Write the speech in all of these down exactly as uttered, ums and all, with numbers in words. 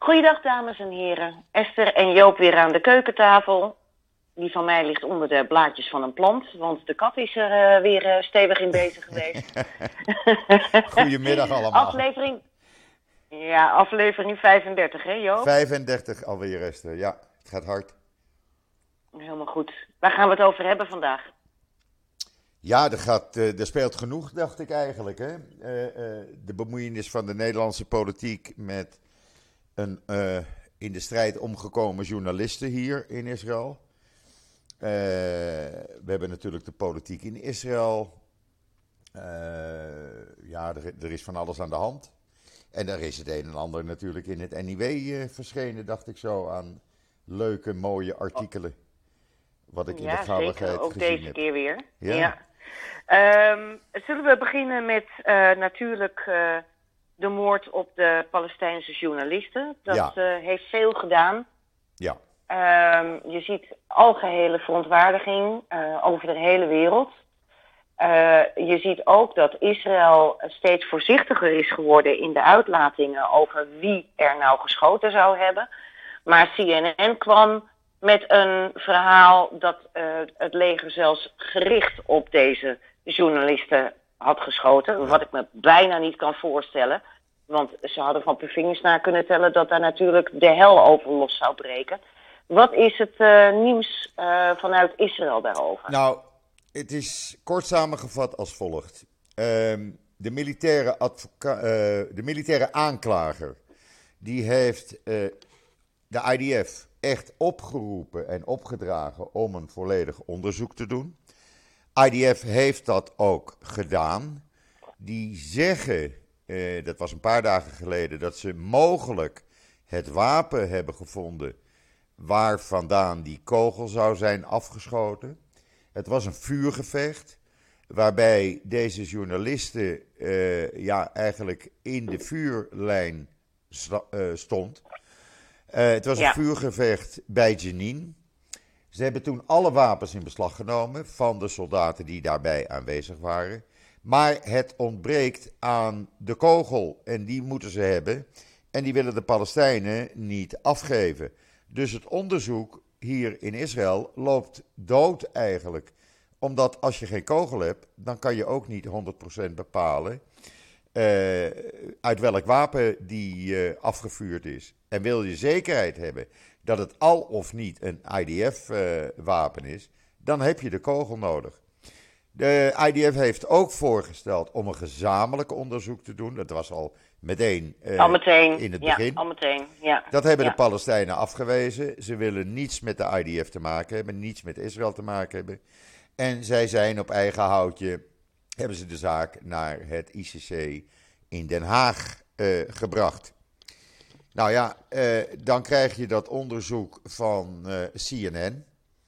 Goeiedag dames en heren. Esther en Joop weer aan de keukentafel. Die van mij ligt onder de blaadjes van een plant, want de kat is er uh, weer uh, stevig in bezig geweest. Goedemiddag allemaal. Aflevering, ja, aflevering vijfendertig, hè Joop? vijfendertig alweer, Esther. Ja, het gaat hard. Helemaal goed. Waar gaan we het over hebben vandaag? Ja, er, gaat, uh, er speelt genoeg, dacht ik eigenlijk. Hè? Uh, uh, de bemoeienis van de Nederlandse politiek met een uh, in de strijd omgekomen journaliste hier in Israël. Uh, we hebben natuurlijk de politiek in Israël. Uh, ja, er, er is van alles aan de hand. En er is het een en ander natuurlijk in het N I W uh, verschenen, dacht ik zo, aan leuke, mooie artikelen. Wat ik in ja, de gauwigheid zeker. Ook gezien deze heb. keer weer. Ja. Ja. Um, zullen we beginnen met uh, natuurlijk uh, de moord op de Palestijnse journalisten. Dat Ja. uh, heeft veel gedaan. Ja. Um, je ziet algehele verontwaardiging uh, over de hele wereld. Uh, je ziet ook dat Israël steeds voorzichtiger is geworden in de uitlatingen over wie er nou geschoten zou hebben. Maar C N N kwam met een verhaal dat uh, het leger zelfs gericht op deze journalisten had geschoten. Ja. Wat ik me bijna niet kan voorstellen. Want ze hadden van per vingers na kunnen tellen dat daar natuurlijk de hel over los zou breken. Wat is het uh, nieuws uh, vanuit Israël daarover? Nou, het is kort samengevat als volgt. Um, de, militaire advoca- uh, de militaire aanklager, die heeft uh, de I D F echt opgeroepen en opgedragen om een volledig onderzoek te doen. I D F heeft dat ook gedaan. Die zeggen, uh, dat was een paar dagen geleden, dat ze mogelijk het wapen hebben gevonden waar vandaan die kogel zou zijn afgeschoten. Het was een vuurgevecht, waarbij deze journaliste uh, ja, eigenlijk in de vuurlijn sta, uh, stond. Uh, het was ja. een vuurgevecht bij Jenin. Ze hebben toen alle wapens in beslag genomen van de soldaten die daarbij aanwezig waren. Maar het ontbreekt aan de kogel en die moeten ze hebben. En die willen de Palestijnen niet afgeven. Dus het onderzoek hier in Israël loopt dood eigenlijk. Omdat als je geen kogel hebt, dan kan je ook niet honderd procent bepalen uh, uit welk wapen die uh, afgevuurd is. En wil je zekerheid hebben dat het al of niet een I D F-wapen uh, is, dan heb je de kogel nodig. De I D F heeft ook voorgesteld om een gezamenlijk onderzoek te doen. Dat was al meteen, uh, al meteen in het ja, begin. Al meteen, ja. Dat hebben ja. de Palestijnen afgewezen. Ze willen niets met de I D F te maken hebben, niets met Israël te maken hebben. En zij zijn op eigen houtje, hebben ze de zaak naar het I C C in Den Haag uh, gebracht. Nou ja, uh, dan krijg je dat onderzoek van uh, C N N.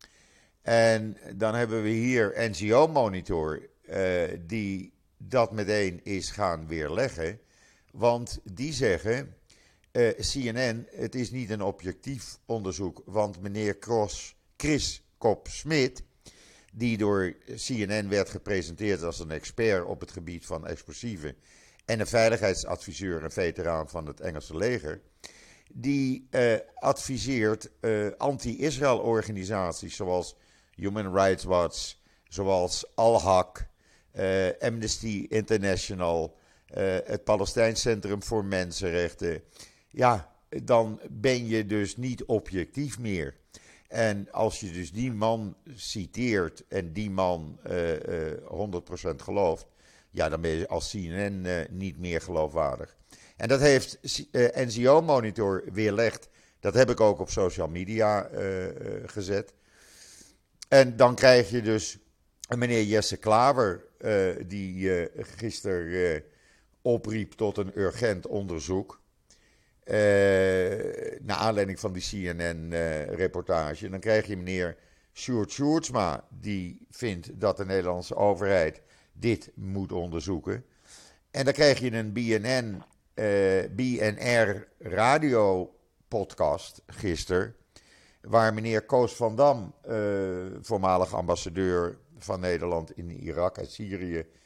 En dan hebben we hier N G O Monitor, uh, die dat meteen is gaan weerleggen. Want die zeggen, uh, C N N, het is niet een objectief onderzoek. Want meneer Cross, Chris Kop-Smit, die door C N N werd gepresenteerd als een expert op het gebied van explosieven en een veiligheidsadviseur en veteraan van het Engelse leger, die uh, adviseert uh, anti-Israël organisaties zoals Human Rights Watch, zoals Al-Haq, uh, Amnesty International, uh, het Palestijns Centrum voor Mensenrechten. Ja, dan ben je dus niet objectief meer. En als je dus die man citeert en die man uh, uh, honderd procent gelooft, ja, dan ben je als C N N uh, niet meer geloofwaardig. En dat heeft uh, N G O Monitor weerlegd. Dat heb ik ook op social media uh, uh, gezet. En dan krijg je dus meneer Jesse Klaver, uh, die uh, gisteren uh, opriep tot een urgent onderzoek. Uh, naar aanleiding van die C N N-reportage. Uh, dan krijg je meneer Sjoerd Sjoerdsma, die vindt dat de Nederlandse overheid dit moet onderzoeken. En dan krijg je een B N N, uh, B N R radio podcast gisteren, waar meneer Koos van Dam, uh, voormalig ambassadeur van Nederland in Irak en Syrië,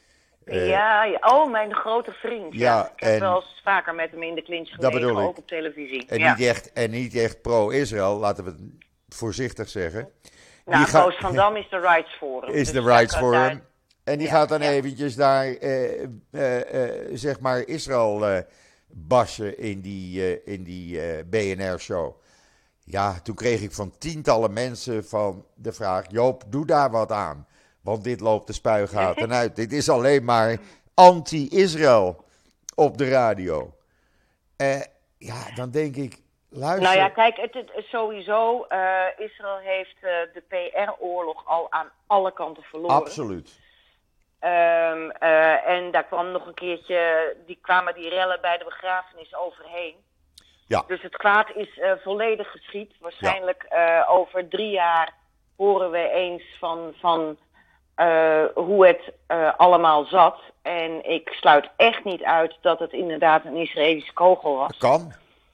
Uh, ja, ja, oh, mijn grote vriend. Ja, ja, ik heb en, wel eens vaker met hem in de clinch dat gelegen, bedoel ik. ook op televisie. En, ja. niet echt, en niet echt pro-Israël, laten we het voorzichtig zeggen. Nou, die Koos van Dam is de Rights Forum. Is de dus Rights daar, Forum. daar, En die ja, gaat dan ja. eventjes daar, uh, uh, uh, zeg maar, Israël uh, bassen in die, uh, in die uh, B N R-show. Ja, toen kreeg ik van tientallen mensen van de vraag: Joop, doe daar wat aan. Want dit loopt de spuigaten uit. Dit is alleen maar anti-Israël op de radio. Uh, ja, dan denk ik, luister. Nou ja, kijk, het, het, sowieso, uh, Israël heeft uh, de P R-oorlog al aan alle kanten verloren. Absoluut. Um, uh, en daar kwam nog een keertje, die kwamen die rellen bij de begrafenis overheen. Ja. Dus het kwaad is uh, volledig geschied. Waarschijnlijk ja. uh, over drie jaar horen we eens van, van uh, hoe het uh, allemaal zat. En ik sluit echt niet uit dat het inderdaad een Israëlische kogel was. Dat kan.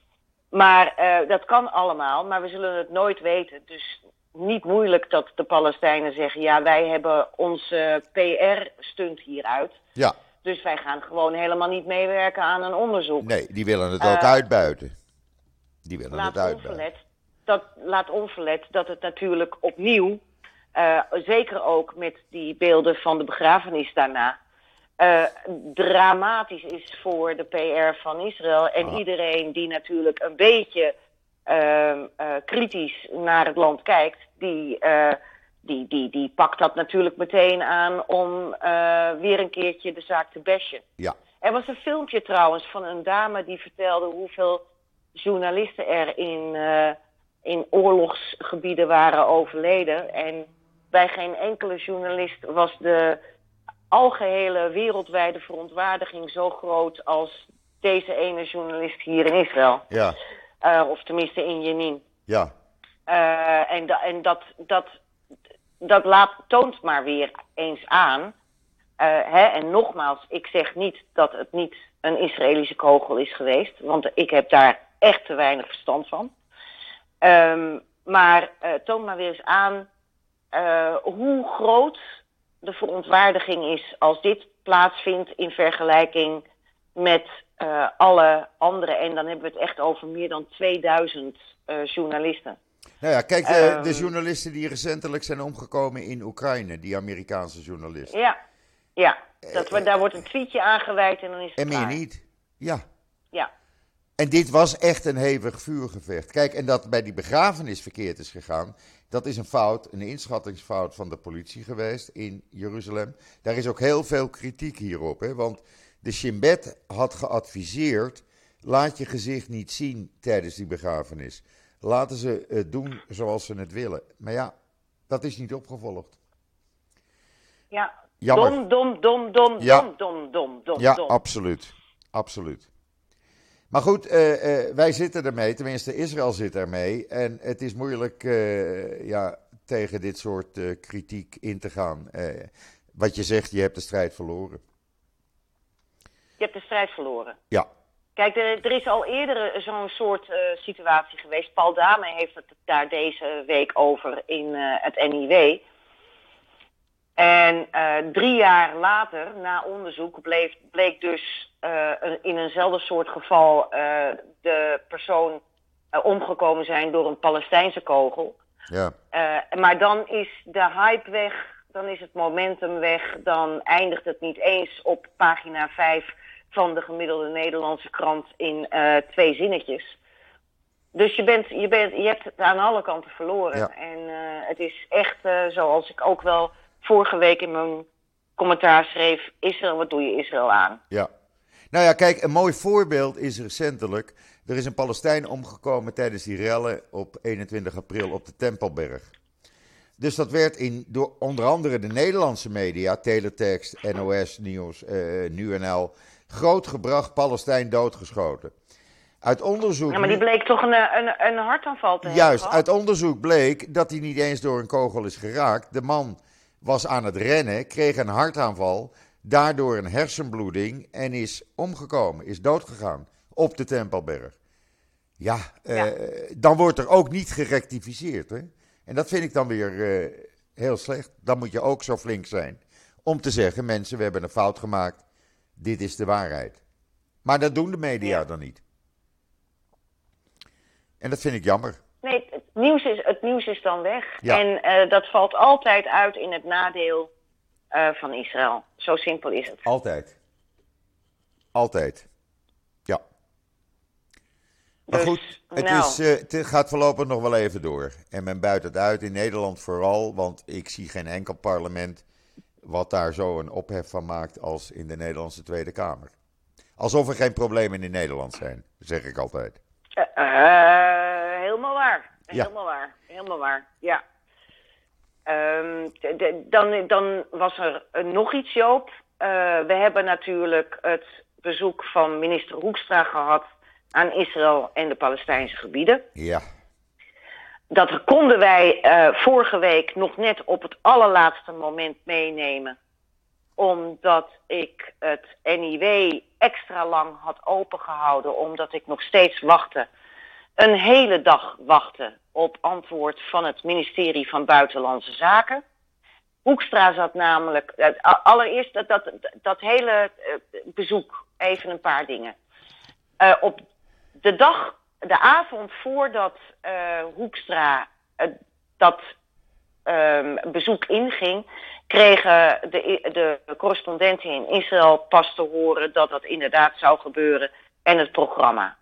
Maar uh, dat kan allemaal, maar we zullen het nooit weten. Dus niet moeilijk dat de Palestijnen zeggen: ja, wij hebben onze P R-stunt hieruit. Ja. Dus wij gaan gewoon helemaal niet meewerken aan een onderzoek. Nee, die willen het ook uh, uitbuiten. Die willen laat het uitbuiten. Onverlet, dat, laat onverlet dat het natuurlijk opnieuw, uh, zeker ook met die beelden van de begrafenis daarna, Uh, dramatisch is voor de P R van Israël. En ah. iedereen die natuurlijk een beetje uh, uh, kritisch naar het land kijkt, die, uh, die, die, die pakt dat natuurlijk meteen aan om uh, weer een keertje de zaak te bashen. Ja. Er was een filmpje trouwens van een dame die vertelde hoeveel journalisten er in, uh, in oorlogsgebieden waren overleden. En bij geen enkele journalist was de algehele wereldwijde verontwaardiging zo groot als deze ene journalist hier in Israël. Ja. Uh, of tenminste in Jenin. Ja. Uh, en da- en dat, dat, dat laat, toont maar weer eens aan. Uh, hè, en nogmaals, ik zeg niet dat het niet een Israëlische kogel is geweest. Want ik heb daar echt te weinig verstand van. Um, maar uh, toont maar weer eens aan uh, hoe groot de verontwaardiging is als dit plaatsvindt in vergelijking met uh, alle andere. En dan hebben we het echt over meer dan tweeduizend uh, journalisten. Nou ja, kijk, de, um, de journalisten die recentelijk zijn omgekomen in Oekraïne, die Amerikaanse journalisten. Ja, ja. Dat we, daar wordt een tweetje aangeweid en dan is het En klaar. meer niet. Ja. Ja. En dit was echt een hevig vuurgevecht. Kijk, en dat bij die begrafenis verkeerd is gegaan, dat is een fout, een inschattingsfout van de politie geweest in Jeruzalem. Daar is ook heel veel kritiek hierop, hè? Want de Shin Bet had geadviseerd: laat je gezicht niet zien tijdens die begrafenis. Laten ze het doen zoals ze het willen. Maar ja, dat is niet opgevolgd. Ja, jammer. Dom, dom, dom, dom, ja. dom, dom, dom, dom. Ja, dom. absoluut. Absoluut. Maar goed, uh, uh, wij zitten ermee, tenminste Israël zit ermee. En het is moeilijk uh, ja, tegen dit soort uh, kritiek in te gaan. Uh, wat je zegt, je hebt de strijd verloren. Je hebt de strijd verloren. Ja. Kijk, er, er is al eerder zo'n soort uh, situatie geweest. Paul Dame heeft het daar deze week over in uh, het N I W. En uh, drie jaar later, na onderzoek, bleef, bleek dus uh, in eenzelfde soort geval uh, de persoon uh, omgekomen zijn door een Palestijnse kogel. Ja. Uh, maar dan is de hype weg, dan is het momentum weg, dan eindigt het niet eens op pagina vijf van de gemiddelde Nederlandse krant in uh, twee zinnetjes. Dus je, bent, je, bent, je hebt het aan alle kanten verloren. Ja. En uh, het is echt, uh, zoals ik ook wel vorige week in mijn commentaar schreef: Israël, wat doe je Israël aan? Ja. Nou ja, kijk, een mooi voorbeeld is recentelijk. Er is een Palestijn omgekomen tijdens die rellen op eenentwintig april op de Tempelberg. Dus dat werd in, door onder andere de Nederlandse media, Teletext, N O S Nieuws, uh, Nu N L, grootgebracht: Palestijn doodgeschoten. Uit onderzoek... Ja, maar die bleek toch een, een, een hartaanval te hebben. Juist, uit onderzoek bleek dat hij niet eens door een kogel is geraakt. De man was aan het rennen, kreeg een hartaanval, daardoor een hersenbloeding en is omgekomen, is doodgegaan op de Tempelberg. Ja, ja. Uh, dan wordt er ook niet gerectificeerd. Hè? En dat vind ik dan weer uh, heel slecht. Dan moet je ook zo flink zijn om te zeggen, mensen, we hebben een fout gemaakt, dit is de waarheid. Maar dat doen de media Ja. dan niet. En dat vind ik jammer. Nee, het nieuws is, het nieuws is dan weg. Ja. En uh, dat valt altijd uit in het nadeel uh, van Israël. Zo simpel is het. Altijd. Altijd. Ja. Maar Dus, goed, het, nou. is, uh, het gaat voorlopig nog wel even door. En men buit het uit, in Nederland vooral, want ik zie geen enkel parlement wat daar zo een ophef van maakt als in de Nederlandse Tweede Kamer. Alsof er geen problemen in Nederland zijn, zeg ik altijd. Uh, uh, helemaal waar. Ja. Helemaal waar. Helemaal waar, ja. Um, de, de, dan, dan was er uh, nog iets, Joop. Uh, we hebben natuurlijk het bezoek van minister Hoekstra gehad aan Israël en de Palestijnse gebieden. Ja. Dat konden wij uh, vorige week nog net op het allerlaatste moment meenemen. Omdat ik het N I W extra lang had opengehouden. Omdat ik nog steeds wachtte. Een hele dag wachtte op antwoord van het ministerie van Buitenlandse Zaken. Hoekstra zat namelijk... Uh, allereerst dat, dat, dat hele uh, bezoek. Even een paar dingen. Uh, op de dag... De avond voordat uh, Hoekstra uh, dat uh, bezoek inging, kregen de, de correspondenten in Israël pas te horen dat dat inderdaad zou gebeuren en het programma.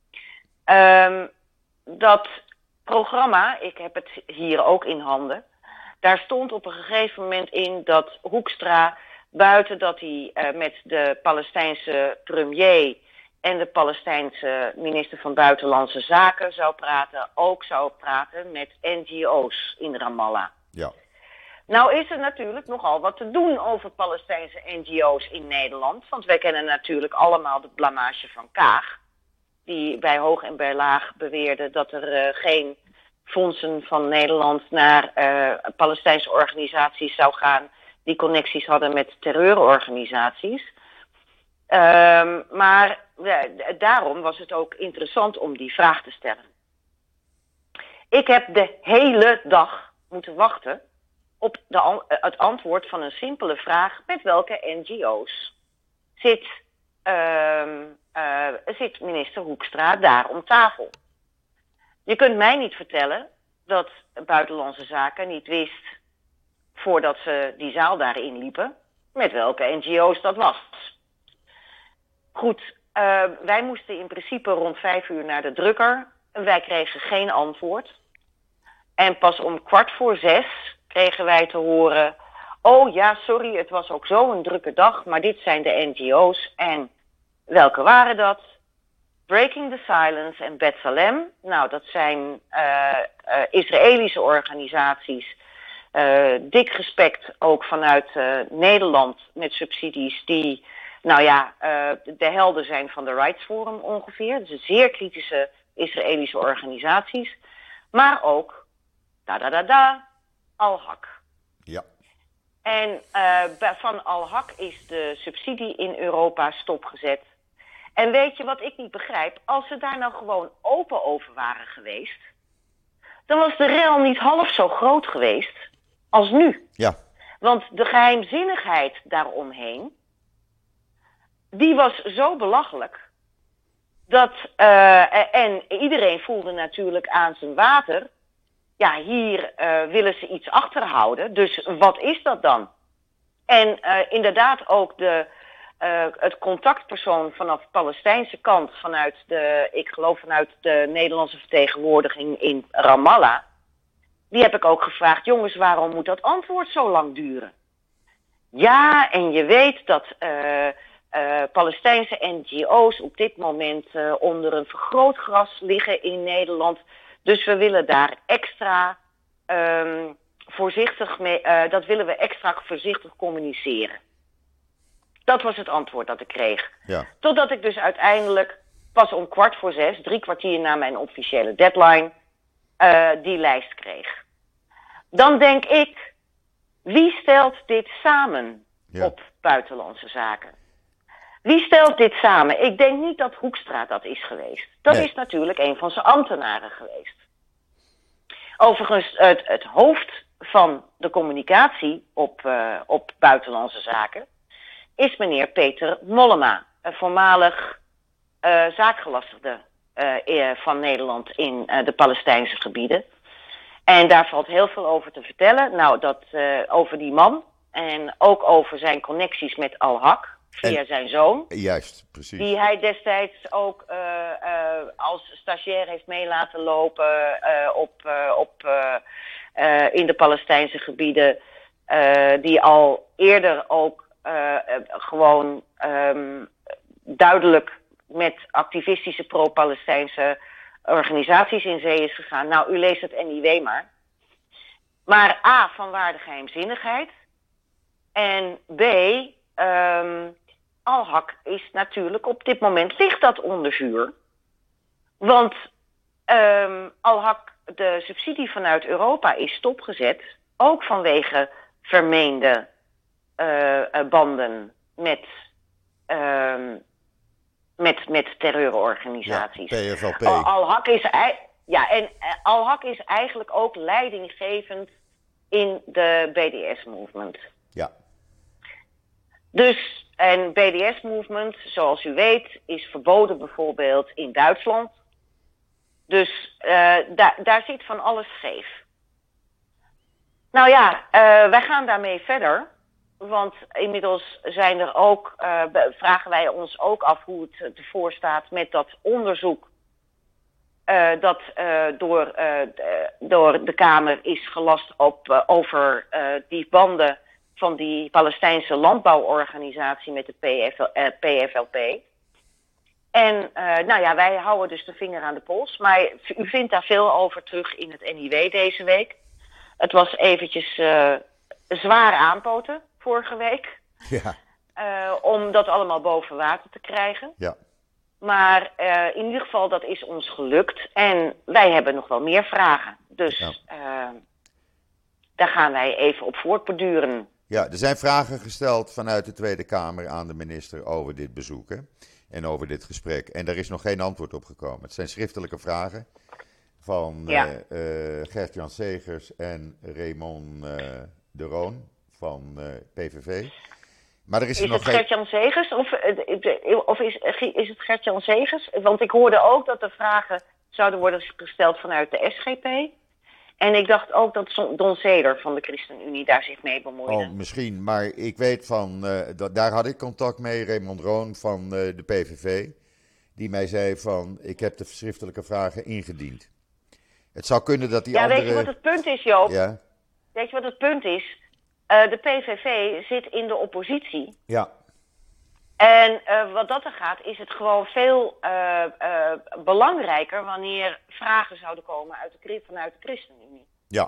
Um, dat programma, ik heb het hier ook in handen, daar stond op een gegeven moment in dat Hoekstra, buiten dat hij uh, met de Palestijnse premier en de Palestijnse minister van Buitenlandse Zaken zou praten, ook zou praten met N G O's in Ramallah. Ja. Nou is er natuurlijk nogal wat te doen over Palestijnse N G O's in Nederland. Want wij kennen natuurlijk allemaal de blamage van Kaag. Die bij hoog en bij laag beweerde dat er uh, geen fondsen van Nederland naar uh, Palestijnse organisaties zou gaan die connecties hadden met terreurorganisaties. Um, maar ja, daarom was het ook interessant om die vraag te stellen. Ik heb de hele dag moeten wachten op de, het antwoord van een simpele vraag: met welke N G O's zit, um, uh, zit minister Hoekstra daar om tafel? Je kunt mij niet vertellen dat Buitenlandse Zaken niet wist, voordat ze die zaal daarin liepen, met welke N G O's dat was. Goed, uh, wij moesten in principe rond vijf uur naar de drukker. Wij kregen geen antwoord. En pas om kwart voor zes kregen wij te horen: oh ja, sorry, het was ook zo een drukke dag, maar dit zijn de N G O's. En welke waren dat? Breaking the Silence en B'Tselem. Nou, dat zijn uh, uh, Israëlische organisaties. Uh, dik gespekt ook vanuit uh, Nederland met subsidies die, nou ja, uh, de helden zijn van de Rights Forum ongeveer. Dus zeer kritische Israëlische organisaties. Maar ook, da da da da, Al-Haq. Ja. En uh, van Al-Haq is de subsidie in Europa stopgezet. En weet je wat ik niet begrijp? Als ze daar nou gewoon open over waren geweest, dan was de rel niet half zo groot geweest als nu. Ja. Want de geheimzinnigheid daaromheen, die was zo belachelijk. Dat, uh, en iedereen voelde natuurlijk aan zijn water, ja, hier uh, willen ze iets achterhouden. Dus wat is dat dan? En uh, inderdaad ook de, uh, het contactpersoon vanaf de Palestijnse kant, vanuit de, ik geloof vanuit de Nederlandse vertegenwoordiging in Ramallah, die heb ik ook gevraagd: jongens, waarom moet dat antwoord zo lang duren? Ja, en je weet dat uh, uh, Palestijnse N G O's op dit moment uh, onder een vergrootglas liggen in Nederland. Dus we willen daar extra um, voorzichtig mee, uh, dat willen we extra voorzichtig communiceren. Dat was het antwoord dat ik kreeg. Ja. Totdat ik dus uiteindelijk pas om kwart voor zes, drie kwartier na mijn officiële deadline, uh, die lijst kreeg. Dan denk ik, wie stelt dit samen Ja. op Buitenlandse Zaken? Wie stelt dit samen? Ik denk niet dat Hoekstra dat is geweest. Dat Nee. is natuurlijk een van zijn ambtenaren geweest. Overigens, het, het hoofd van de communicatie op, uh, op buitenlandse zaken is meneer Peter Mollema, een voormalig uh, zaakgelastigde uh, van Nederland in uh, de Palestijnse gebieden. En daar valt heel veel over te vertellen. Nou, dat uh, over die man en ook over zijn connecties met Al-Haq via en, zijn zoon. Juist, precies. Die hij destijds ook uh, uh, als stagiair heeft mee laten lopen uh, op, uh, op, uh, uh, in de Palestijnse gebieden. Uh, die al eerder ook uh, uh, gewoon um, duidelijk met activistische pro-Palestijnse organisaties in zee is gegaan. Nou, u leest het N I W maar. Maar A, vanwaar de geheimzinnigheid. En B, um, Al-Haq is natuurlijk op dit moment ligt dat onder vuur. Want um, Al-Haq, de subsidie vanuit Europa is stopgezet. Ook vanwege vermeende uh, uh, banden met, uh, met, met terreurorganisaties. Ja, P F L P. Al-Haq is, ja, en Al-Haq is eigenlijk ook leidinggevend in de B D S-movement. Ja. Dus, en B D S-movement, zoals u weet, is verboden bijvoorbeeld in Duitsland. Dus uh, da- daar zit van alles scheef. Nou ja, uh, wij gaan daarmee verder. Want inmiddels zijn er ook, uh, vragen wij ons ook af hoe het ervoor staat met dat onderzoek. Uh, dat uh, door, uh, de, door de Kamer is gelast op, uh, over uh, die banden van die Palestijnse landbouworganisatie met de P F L, uh, P F L P. En uh, nou ja, wij houden dus de vinger aan de pols. Maar u vindt daar veel over terug in het N I W deze week. Het was eventjes uh, zwaar aanpoten vorige week. Ja. Uh, om dat allemaal boven water te krijgen. Ja. Maar uh, in ieder geval, dat is ons gelukt. En wij hebben nog wel meer vragen. Dus ja. uh, daar gaan wij even op voortborduren. Ja, er zijn vragen gesteld vanuit de Tweede Kamer aan de minister over dit bezoek, hè? En over dit gesprek. En daar is nog geen antwoord op gekomen. Het zijn schriftelijke vragen van ja. uh, uh, Gert-Jan Segers en Raymond uh, de Roon van uh, P V V. Maar er is, is er nog het Gert-Jan Segers of, of is, is het Gert-Jan Segers? Want ik hoorde ook dat er vragen zouden worden gesteld vanuit de S G P. En ik dacht ook dat Don Zeder van de ChristenUnie daar zich mee bemoeide. Oh, misschien. Maar ik weet van, uh, dat, daar had ik contact mee, Raymond Roon van uh, de P V V. Die mij zei van, ik heb de schriftelijke vragen ingediend. Het zou kunnen dat die ja, andere... Ja, weet je wat het punt is, Joop? Ja? Weet je wat het punt is? Uh, de P V V zit in de oppositie. Ja. En uh, wat dat er gaat, is het gewoon veel uh, uh, belangrijker wanneer vragen zouden komen uit de, vanuit de ChristenUnie. Ja.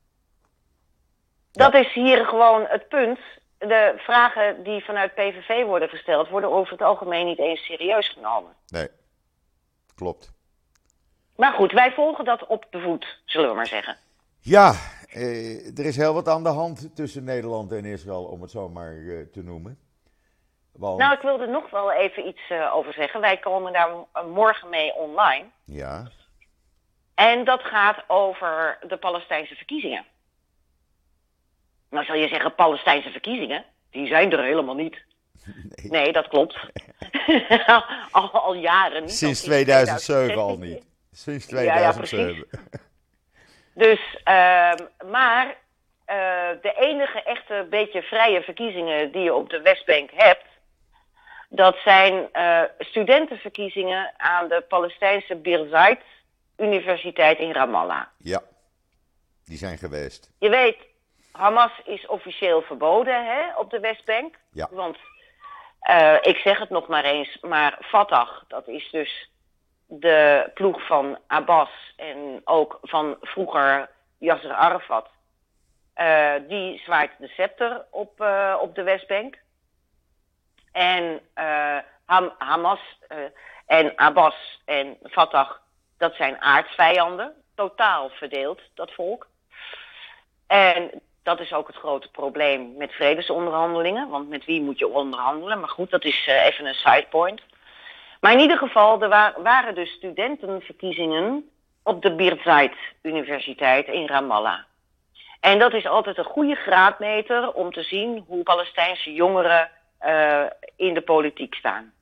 Dat ja. is hier gewoon het punt. De vragen die vanuit P V V worden gesteld, worden over het algemeen niet eens serieus genomen. Nee, klopt. Maar goed, wij volgen dat op de voet, zullen we maar zeggen. Ja, eh, er is heel wat aan de hand tussen Nederland en Israël, om het zo maar uh, te noemen. Want... Nou, ik wilde nog wel even iets uh, over zeggen. Wij komen daar morgen mee online. Ja. En dat gaat over de Palestijnse verkiezingen. Nou zal je zeggen, Palestijnse verkiezingen, die zijn er helemaal niet. Nee, nee dat klopt. al, al jaren niet. Sinds tweeduizend zeven al niet. Sinds tweeduizend zeven. Ja, ja, dus, uh, maar uh, de enige echte beetje vrije verkiezingen die je op de Westbank hebt, dat zijn uh, studentenverkiezingen aan de Palestijnse Birzeit Universiteit in Ramallah. Ja, die zijn geweest. Je weet, Hamas is officieel verboden hè, op de Westbank. Ja. Want, uh, ik zeg het nog maar eens, maar Fatah, dat is dus de ploeg van Abbas en ook van vroeger Yasser Arafat. Uh, die zwaait de scepter op, uh, op de Westbank. En uh, Ham- Hamas uh, en Abbas en Fatah, dat zijn aardsvijanden. Totaal verdeeld, dat volk. En dat is ook het grote probleem met vredesonderhandelingen. Want met wie moet je onderhandelen? Maar goed, dat is uh, even een sidepoint. Maar in ieder geval, er wa- waren dus studentenverkiezingen op de Birzeit Universiteit in Ramallah. En dat is altijd een goede graadmeter om te zien hoe Palestijnse jongeren uh, in de politiek staan.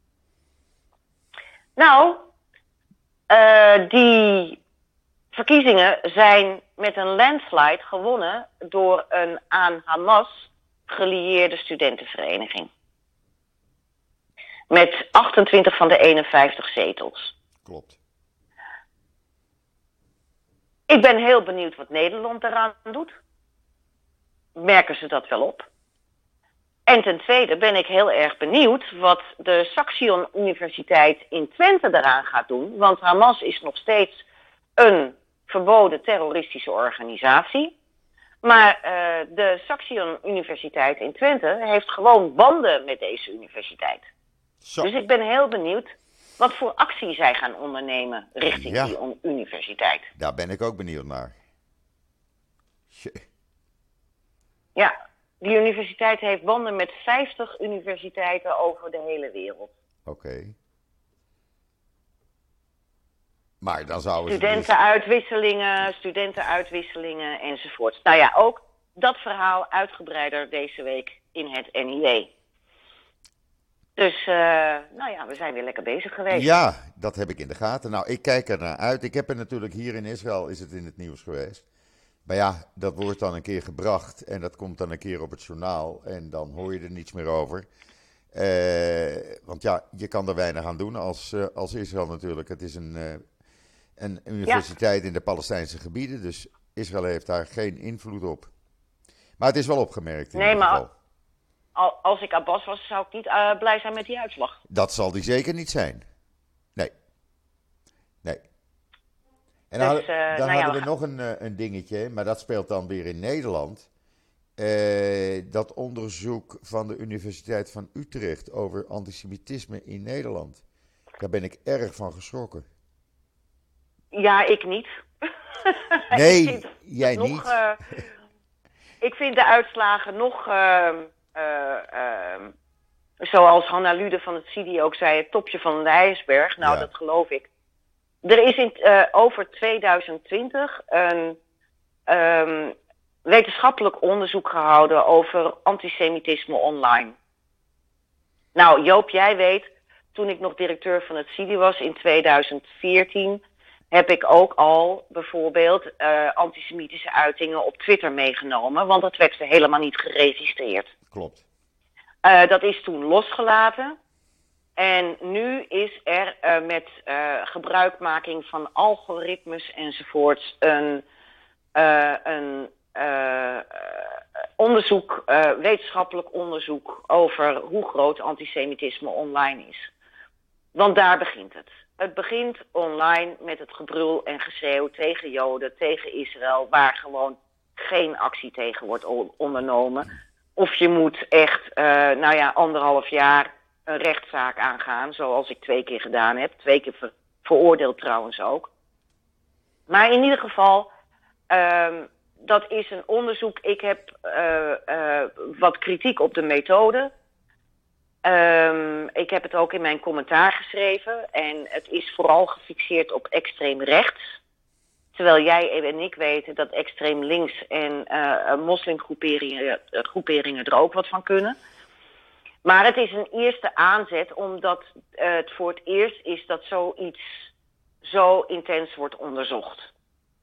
Nou, uh, die verkiezingen zijn met een landslide gewonnen door een aan Hamas gelieerde studentenvereniging. Met achtentwintig van de eenenvijftig zetels. Klopt. Ik ben heel benieuwd wat Nederland daaraan doet. Merken ze dat wel op? En ten tweede ben ik heel erg benieuwd wat de Saxion Universiteit in Twente daaraan gaat doen. Want Hamas is nog steeds een verboden terroristische organisatie. Maar uh, de Saxion Universiteit in Twente heeft gewoon banden met deze universiteit. Zo. Dus ik ben heel benieuwd wat voor actie zij gaan ondernemen richting ja. die universiteit. Daar ben ik ook benieuwd naar. Ja, die universiteit heeft banden met vijftig universiteiten over de hele wereld. Oké. Okay. Maar dan zouden Studentenuitwisselingen, dus... studentenuitwisselingen enzovoort. Nou ja, ook dat verhaal uitgebreider deze week in het N I W. Dus, uh, nou ja, we zijn weer lekker bezig geweest. Ja, dat heb ik in de gaten. Nou, ik kijk er naar uit. Ik heb er natuurlijk hier in Israël, is het in het nieuws geweest. Maar ja, dat wordt dan een keer gebracht en dat komt dan een keer op het journaal. En dan hoor je er niets meer over. Uh, want ja, je kan er weinig aan doen als, uh, als Israël natuurlijk. Het is een, uh, een universiteit ja. in de Palestijnse gebieden. Dus Israël heeft daar geen invloed op. Maar het is wel opgemerkt in nee, ieder geval. Maar... Als ik Abbas was, zou ik niet uh, blij zijn met die uitslag. Dat zal die zeker niet zijn. Nee. Nee. En dan, dus, uh, dan nou hadden ja, we nog een, uh, een dingetje, maar dat speelt dan weer in Nederland. Uh, dat onderzoek van de Universiteit van Utrecht over antisemitisme in Nederland. Daar ben ik erg van geschrokken. Ja, ik niet. Nee, ik jij nog, niet. Uh, ik vind de uitslagen nog... Uh, Uh, uh, zoals Hanna Lude van het C I D I ook zei, het topje van de ijsberg. Nou, ja. Dat geloof ik. Er is in, uh, over tweeduizend twintig een um, wetenschappelijk onderzoek gehouden over antisemitisme online. Nou, Joop, jij weet, toen ik nog directeur van het C I D I was in tweeduizend veertien... heb ik ook al bijvoorbeeld uh, antisemitische uitingen op Twitter meegenomen. Want dat werd helemaal niet geregistreerd. Klopt. Uh, dat is toen losgelaten. En nu is er uh, met uh, gebruikmaking van algoritmes enzovoorts een, uh, een uh, onderzoek, uh, wetenschappelijk onderzoek over hoe groot antisemitisme online is. Want daar begint het. Het begint online met het gebrul en geschreeuw tegen Joden, tegen Israël, waar gewoon geen actie tegen wordt ondernomen. Of je moet echt, uh, nou ja, anderhalf jaar een rechtszaak aangaan, zoals ik twee keer gedaan heb. Twee keer ver- veroordeeld trouwens ook. Maar in ieder geval, um, dat is een onderzoek. Ik heb uh, uh, wat kritiek op de methode. Um, ik heb het ook in mijn commentaar geschreven. En het is vooral gefixeerd op extreem rechts. Terwijl jij en ik weten dat extreem links en uh, moslimgroeperingen uh, groeperingen er ook wat van kunnen. Maar het is een eerste aanzet omdat uh, het voor het eerst is dat zoiets zo intens wordt onderzocht.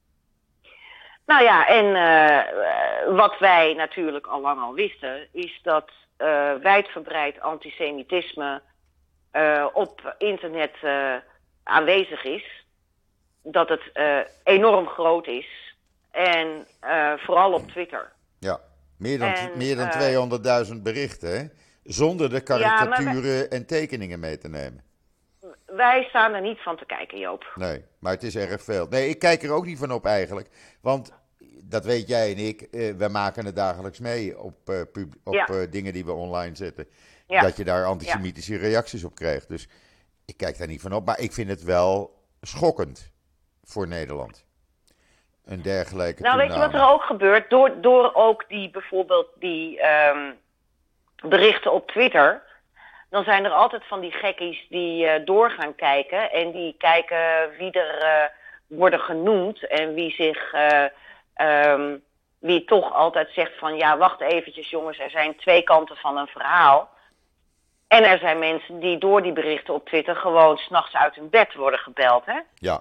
Nou ja, en uh, wat wij natuurlijk al lang al wisten, is dat uh, wijdverbreid antisemitisme uh, op internet uh, aanwezig is. Dat het uh, enorm groot is. En uh, vooral op Twitter. Ja, meer dan, en, meer dan uh, tweehonderdduizend berichten, hè? Zonder de karikaturen ja, wij, en tekeningen mee te nemen. Wij staan er niet van te kijken, Joop. Nee, maar het is erg veel. Nee, ik kijk er ook niet van op eigenlijk. Want, dat weet jij en ik, uh, we maken het dagelijks mee op, uh, pub- op ja. uh, dingen die we online zetten. Ja. Dat je daar antisemitische ja. reacties op krijgt. Dus ik kijk daar niet van op. Maar ik vind het wel schokkend voor Nederland. Een dergelijke Nou, toename. Weet je wat er ook gebeurt? Door, door ook die bijvoorbeeld die um, berichten op Twitter, dan zijn er altijd van die gekkies die uh, door gaan kijken en die kijken wie er uh, worden genoemd en wie zich uh, um, wie toch altijd zegt van, ja, wacht eventjes jongens, er zijn twee kanten van een verhaal. En er zijn mensen die door die berichten op Twitter gewoon 's nachts uit hun bed worden gebeld, hè? Ja.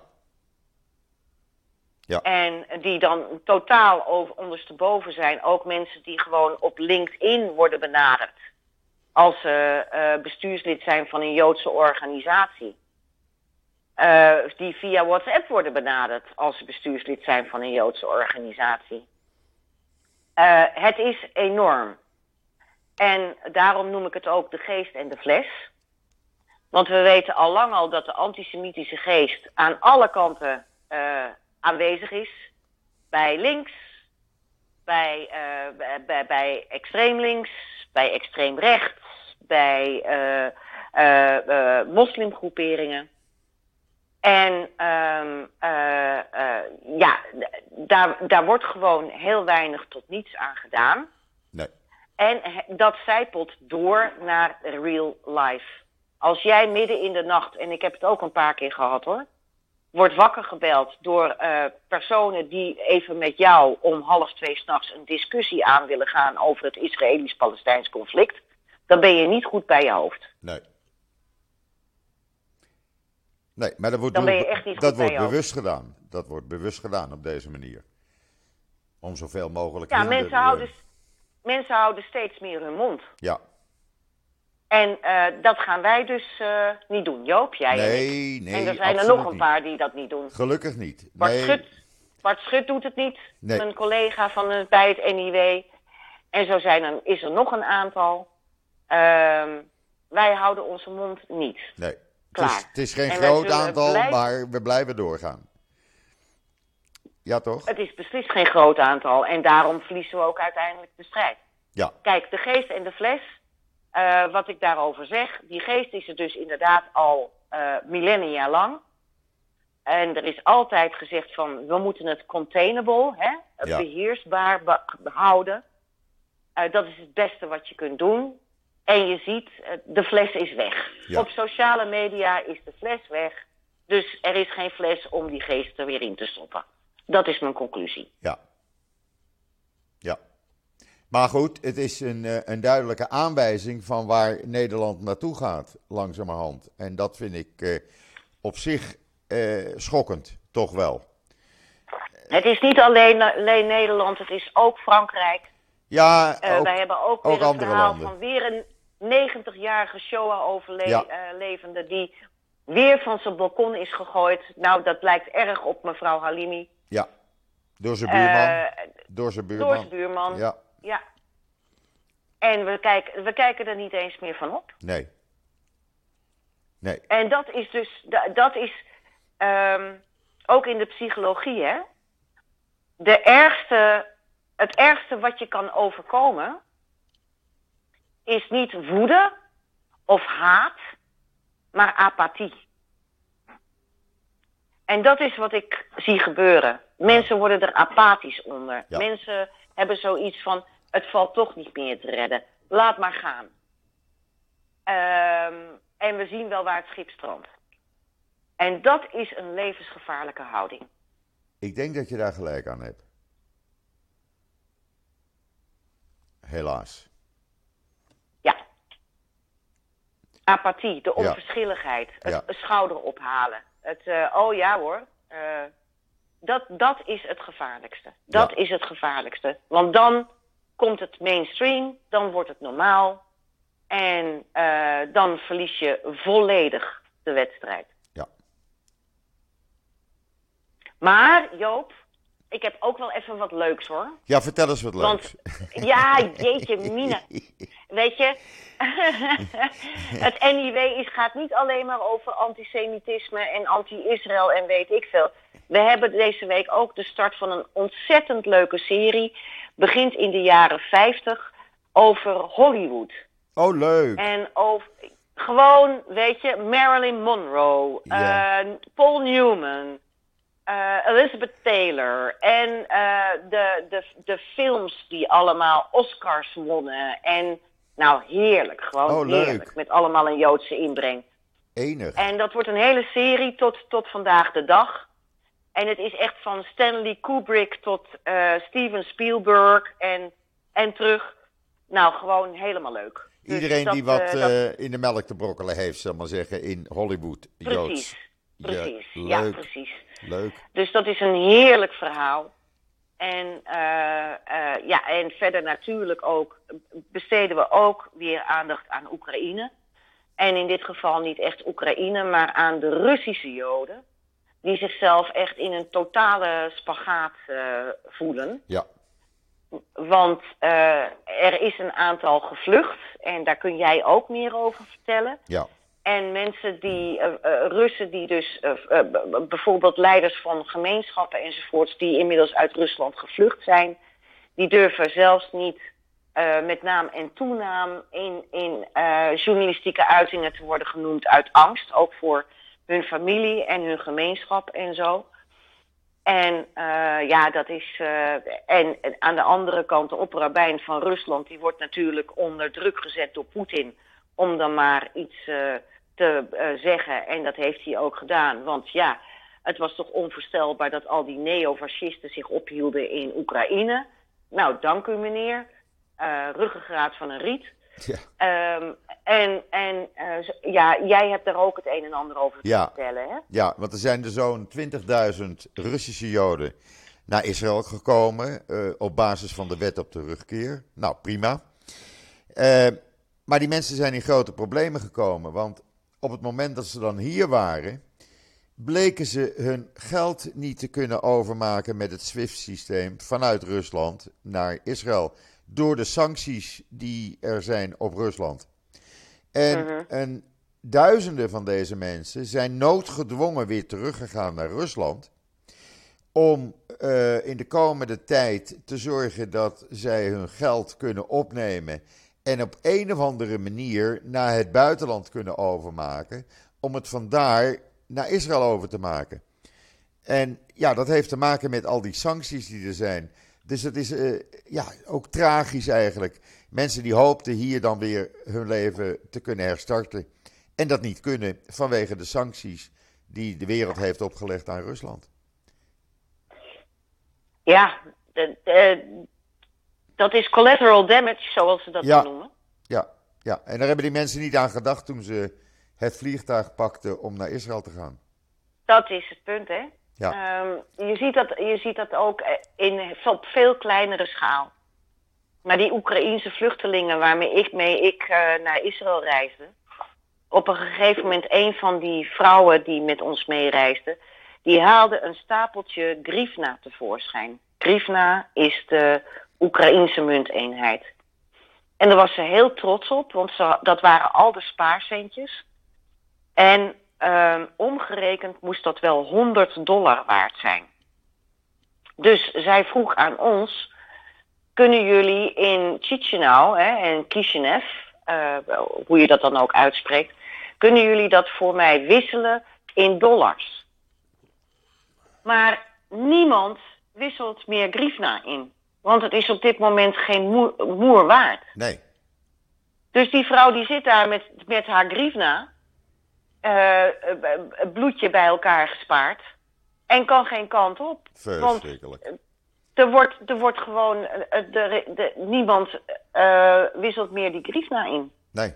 Ja. En die dan totaal over, ondersteboven zijn. Ook mensen die gewoon op LinkedIn worden benaderd. Als ze uh, bestuurslid zijn van een Joodse organisatie. Uh, die via WhatsApp worden benaderd als ze bestuurslid zijn van een Joodse organisatie. Uh, het is enorm. En daarom noem ik het ook de geest en de fles. Want we weten al lang al dat de antisemitische geest aan alle kanten uh, aanwezig is. Bij links, bij, uh, bij, bij extreem links, bij extreem rechts, bij uh, uh, uh, moslimgroeperingen. En um, uh, uh, ja, daar, daar wordt gewoon heel weinig tot niets aan gedaan. Nee. En dat zijpelt door naar real life. Als jij midden in de nacht, en ik heb het ook een paar keer gehad hoor, wordt wakker gebeld door uh, personen die even met jou om half twee 's nachts een discussie aan willen gaan over het Israëlisch-Palestijns conflict, dan ben je niet goed bij je hoofd. Nee. Nee, maar dat wordt, Dan ben je doel- echt niet goed dat bij wordt je bewust gedaan. Dat wordt bewust gedaan op deze manier. Om zoveel mogelijk Ja, hinder- mensen houden, mensen houden steeds meer hun mond. Ja. En uh, dat gaan wij dus uh, niet doen. Joop, jij en ik. Nee, nee, En er zijn er absoluut nog een niet. paar die dat niet doen. Gelukkig niet. Bart, Nee, Schut, Bart Schut doet het niet. Nee. Mijn collega van het, bij het N I W. En zo zijn er, is er nog een aantal. Ehm, wij houden onze mond niet. nee. Het Klaar. is, het is geen En wij groot zullen aantal, blijven- maar we blijven doorgaan. Ja, toch? Het is beslist geen groot aantal. En daarom verliezen we ook uiteindelijk de strijd. Ja. Kijk, de geest en de fles. Uh, wat ik daarover zeg. Die geest is er dus inderdaad al uh, millennia lang. En er is altijd gezegd van, we moeten het containable, hè, Ja. beheersbaar be- behouden. Uh, dat is het beste wat je kunt doen. En je ziet, uh, de fles is weg. Ja. Op sociale media is de fles weg. Dus er is geen fles om die geest er weer in te stoppen. Dat is mijn conclusie. Ja. Ja. Maar goed, het is een, eh, een duidelijke aanwijzing van waar Nederland naartoe gaat, langzamerhand. En dat vind ik eh, op zich eh, schokkend, toch wel. Het is niet alleen, alleen Nederland, het is ook Frankrijk. Ja, Uh, ook, wij hebben ook ook weer een andere verhaal landen. van weer een negentigjarige Shoah-overlevende Ja. die weer van zijn balkon is gegooid. Nou, dat lijkt erg op mevrouw Halimi. Ja, door zijn buurman. Uh, door zijn buurman. door zijn buurman. Ja, Ja. En we kijken, we kijken er niet eens meer van op. nee. Nee, En dat is dus, da- dat is um, ook in de psychologie, hè. De ergste, het ergste wat je kan overkomen is niet woede of haat, maar apathie. En dat is wat ik zie gebeuren. Mensen worden er apathisch onder. Ja. Mensen hebben zoiets van, het valt toch niet meer te redden. Laat maar gaan. Um, en we zien wel waar het schip strandt. En dat is een levensgevaarlijke houding. ik denk dat je daar gelijk aan hebt. Helaas. Ja. Apathie, de Ja. onverschilligheid, het Ja. schouder ophalen. Het, uh, oh ja hoor, uh, dat, dat is het gevaarlijkste. Dat Ja. is het gevaarlijkste. Want dan komt het mainstream, dan wordt het normaal. En uh, dan verlies je volledig de wedstrijd. Ja. Maar Joop, ik heb ook wel even wat leuks hoor. Ja, vertel eens wat Want, leuks. ja, jeetje mina. Weet je, het N I W is, gaat niet alleen maar over antisemitisme en anti-Israël en weet ik veel. We hebben deze week ook de start van een ontzettend leuke serie. Begint in de jaren vijftig over Hollywood. Oh, leuk. En over, gewoon, weet je, Marilyn Monroe, Ja. uh, Paul Newman, uh, Elizabeth Taylor en uh, de, de, de films die allemaal Oscars wonnen. En nou, heerlijk, gewoon Oh, leuk. heerlijk, met allemaal een Joodse inbreng. Enig. En dat wordt een hele serie tot, tot vandaag de dag. En het is echt van Stanley Kubrick tot uh, Steven Spielberg en, en terug. Nou, gewoon helemaal leuk. Iedereen dus dat, die wat uh, dat... uh, in de melk te brokkelen heeft, zal ik maar zeggen, in Hollywood. Precies, Joods. precies. Ja, Ja, leuk. precies. Leuk. Dus dat is een heerlijk verhaal. En, uh, uh, ja, en verder natuurlijk ook besteden we ook weer aandacht aan Oekraïne. En in dit geval niet echt Oekraïne, maar aan de Russische Joden. Die zichzelf echt in een totale spagaat uh, voelen. Ja. Want uh, er is een aantal gevlucht. En daar kun jij ook meer over vertellen. Ja. En mensen die, uh, uh, Russen die dus, uh, uh, bijvoorbeeld leiders van gemeenschappen enzovoorts, die inmiddels uit Rusland gevlucht zijn, die durven zelfs niet uh, met naam en toenaam in, in uh, journalistieke uitingen te worden genoemd uit angst. Ook voor hun familie en hun gemeenschap en zo. En uh, ja, dat is. Uh, en, en aan de andere kant, de opperrabijn van Rusland, die wordt natuurlijk onder druk gezet door Poetin om dan maar iets uh, te uh, zeggen. En dat heeft hij ook gedaan. Want ja, het was toch onvoorstelbaar dat al die neofascisten zich ophielden in Oekraïne. Nou, dank u meneer. Uh, ruggengraat van een riet. Ja. Um, en en uh, ja, jij hebt daar ook het een en ander over te ja. vertellen, hè? Ja, want er zijn er zo'n twintigduizend Russische Joden naar Israël gekomen uh, op basis van de wet op de terugkeer. Nou, prima. Uh, maar die mensen zijn in grote problemen gekomen, want op het moment dat ze dan hier waren, bleken ze hun geld niet te kunnen overmaken met het SWIFT-systeem vanuit Rusland naar Israël. Door de sancties die er zijn op Rusland. En, Mm-hmm. en duizenden van deze mensen zijn noodgedwongen weer teruggegaan naar Rusland. Om uh, in de komende tijd te zorgen dat zij hun geld kunnen opnemen. En op een of andere manier naar het buitenland kunnen overmaken. Om het vandaar naar Israël over te maken. En ja, dat heeft te maken met al die sancties die er zijn. Dus het is uh, ja, ook tragisch eigenlijk. Mensen die hoopten hier dan weer hun leven te kunnen herstarten. En dat niet kunnen vanwege de sancties die de wereld heeft opgelegd aan Rusland. Ja, de, de, dat is collateral damage, zoals ze dat ja, noemen. Ja, ja, en daar hebben die mensen niet aan gedacht toen ze het vliegtuig pakten om naar Israël te gaan. Dat is het punt, hè. Ja. Um, je, ziet dat, je ziet dat ook in, op veel kleinere schaal. Maar die Oekraïense vluchtelingen waarmee ik, mee ik uh, naar Israël reisde. Op een gegeven moment een van die vrouwen die met ons meereisde, die haalde een stapeltje grivna tevoorschijn. Grivna is de Oekraïense munteenheid. En daar was ze heel trots op, want ze, dat waren al de spaarcentjes. En uh, omgerekend moest dat wel honderd dollar waard zijn. Dus zij vroeg aan ons, kunnen jullie in Chisinau hè, en Kishinev, uh, hoe je dat dan ook uitspreekt, kunnen jullie dat voor mij wisselen in dollars? Maar niemand wisselt meer grivna in. Want het is op dit moment geen moer, moer waard. Nee. Dus die vrouw die zit daar met, met haar grivna, uh, het bloedje bij elkaar gespaard, en kan geen kant op. Verschrikkelijk. Want er wordt, er wordt gewoon, de, de, de, niemand uh, wisselt meer die grivna in. Nee.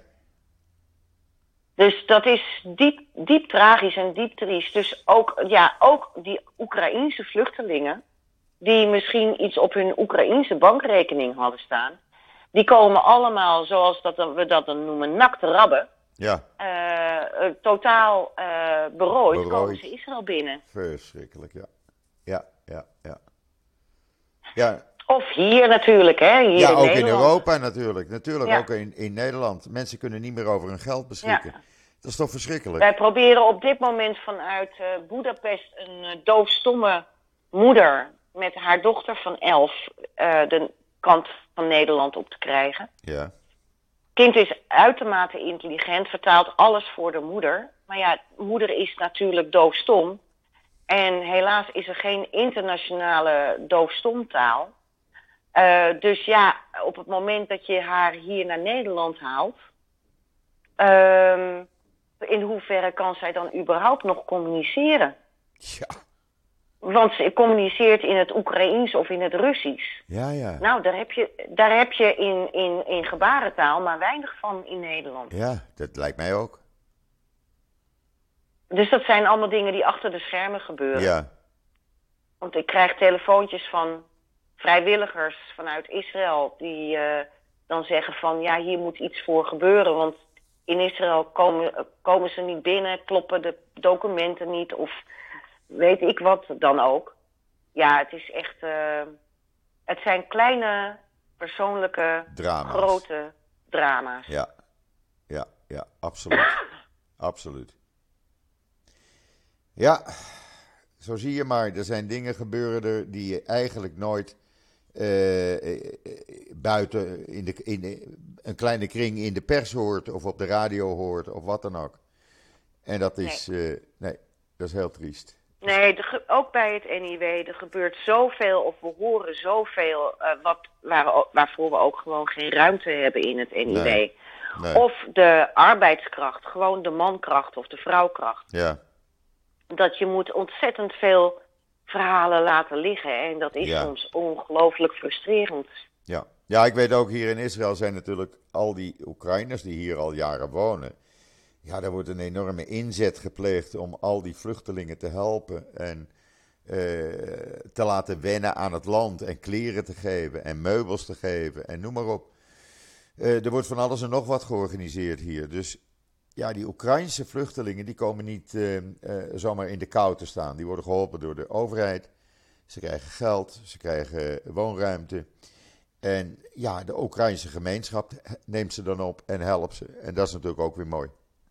Dus dat is diep, diep tragisch en diep triest. Dus ook, ja, ook die Oekraïense vluchtelingen, die misschien iets op hun Oekraïense bankrekening hadden staan, die komen allemaal, zoals dat, we dat dan noemen, nakte rabben. Ja. Uh, uh, totaal uh, berooid, berooid komen ze Israël binnen. Verschrikkelijk, ja. Ja, ja, ja. ja. Of hier natuurlijk, hè. Hier ja, in ook Nederland. in Europa natuurlijk. Natuurlijk ja. ook in, in Nederland. Mensen kunnen niet meer over hun geld beschikken. Ja. Dat is toch verschrikkelijk? Wij proberen op dit moment vanuit uh, Boedapest een uh, doofstomme moeder met haar dochter van elf uh, de kant van Nederland op te krijgen. Ja. Kind is uitermate intelligent, vertaalt alles voor de moeder. Maar ja, moeder is natuurlijk doofstom. En helaas is er geen internationale doofstomtaal. Uh, dus ja, op het moment dat je haar hier naar Nederland haalt, Uh, in hoeverre kan zij dan überhaupt nog communiceren? Ja. Want ze communiceert in het Oekraïens of in het Russisch. Ja, ja. Nou, daar heb je, daar heb je in, in, in gebarentaal maar weinig van in Nederland. Ja, dat lijkt mij ook. Dus dat zijn allemaal dingen die achter de schermen gebeuren. Ja, Want ik krijg telefoontjes van vrijwilligers vanuit Israël die eh, dan zeggen van ja, hier moet iets voor gebeuren. Want in Israël komen, komen ze niet binnen, kloppen de documenten niet of weet ik wat dan ook. Ja, het is echt, eh, het zijn kleine persoonlijke, drama's. grote drama's. Ja, ja, ja, absoluut. Absoluut. Ja, zo zie je maar. Er zijn dingen gebeuren er die je eigenlijk nooit eh, eh, buiten in, de, in de, een kleine kring in de pers hoort of op de radio hoort of wat dan ook. En dat is, nee, uh, nee dat is heel triest. Nee, de, ook bij het N I W, er gebeurt zoveel of we horen zoveel uh, wat, waar, waarvoor we ook gewoon geen ruimte hebben in het N I W. Nee, nee. Of de arbeidskracht, gewoon de mankracht of de vrouwkracht. Ja. Dat je moet ontzettend veel verhalen laten liggen en dat is ja. soms ongelooflijk frustrerend. Ja. ja, ik weet ook hier in Israël zijn natuurlijk al die Oekraïners die hier al jaren wonen. Ja, daar wordt een enorme inzet gepleegd om al die vluchtelingen te helpen en uh, te laten wennen aan het land en kleren te geven en meubels te geven en noem maar op. Uh, er wordt van alles en nog wat georganiseerd hier. Dus ja, die Oekraïnse vluchtelingen die komen niet uh, uh, zomaar in de kou te staan. Die worden geholpen door de overheid. Ze krijgen geld, ze krijgen woonruimte. En ja, de Oekraïnse gemeenschap neemt ze dan op en helpt ze. En dat is natuurlijk ook weer mooi.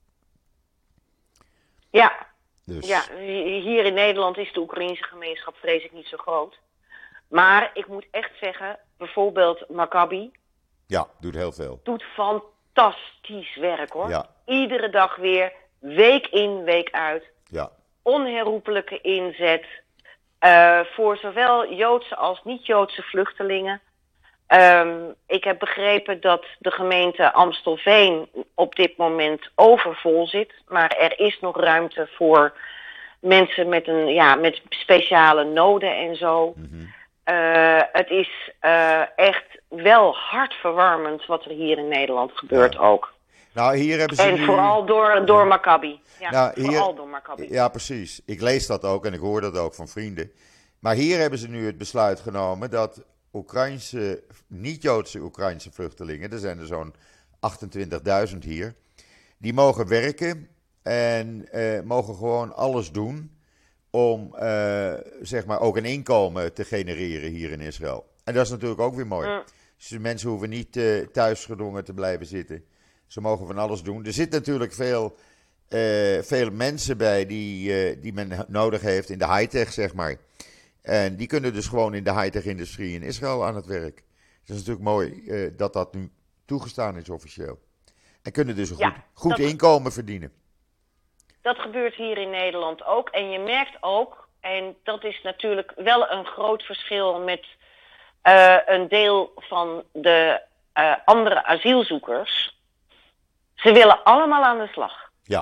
Ja, dus. ja, hier in Nederland is de Oekraïnse gemeenschap vrees ik niet zo groot. Maar ik moet echt zeggen, bijvoorbeeld Maccabi. Ja, doet heel veel. Doet fantastisch werk hoor. Ja. Iedere dag weer, week in, week uit. Ja. Onherroepelijke inzet. Uh, voor zowel Joodse als niet-Joodse vluchtelingen. Um, ik heb begrepen dat de gemeente Amstelveen op dit moment overvol zit. Maar er is nog ruimte voor mensen met, een, ja, met speciale noden en zo. Mm-hmm. Uh, het is uh, echt wel hartverwarmend wat er hier in Nederland gebeurt ja. ook. Nou, hier hebben ze en nu... vooral door, door Maccabi. Ja, nou, hier... vooral door Maccabi. Ja, precies. Ik lees dat ook en ik hoor dat ook van vrienden. Maar hier hebben ze nu het besluit genomen dat Oekraïnse, niet-Joodse Oekraïnse vluchtelingen, er zijn er zo'n achtentwintigduizend hier, die mogen werken en uh, mogen gewoon alles doen om uh, zeg maar ook een inkomen te genereren hier in Israël. En dat is natuurlijk ook weer mooi. Mm. Dus mensen hoeven niet uh, thuis gedwongen te blijven zitten. Ze mogen van alles doen. Er zitten natuurlijk veel, uh, veel mensen bij die, uh, die men nodig heeft in de high-tech, zeg maar. En die kunnen dus gewoon in de high-tech-industrie in Israël aan het werk. Dus dat is natuurlijk mooi uh, dat dat nu toegestaan is officieel. En kunnen dus een goed, ja, goed dat, inkomen verdienen. Dat gebeurt hier in Nederland ook. En je merkt ook, en dat is natuurlijk wel een groot verschil met uh, een deel van de uh, andere asielzoekers. Ze willen allemaal aan de slag. Ja.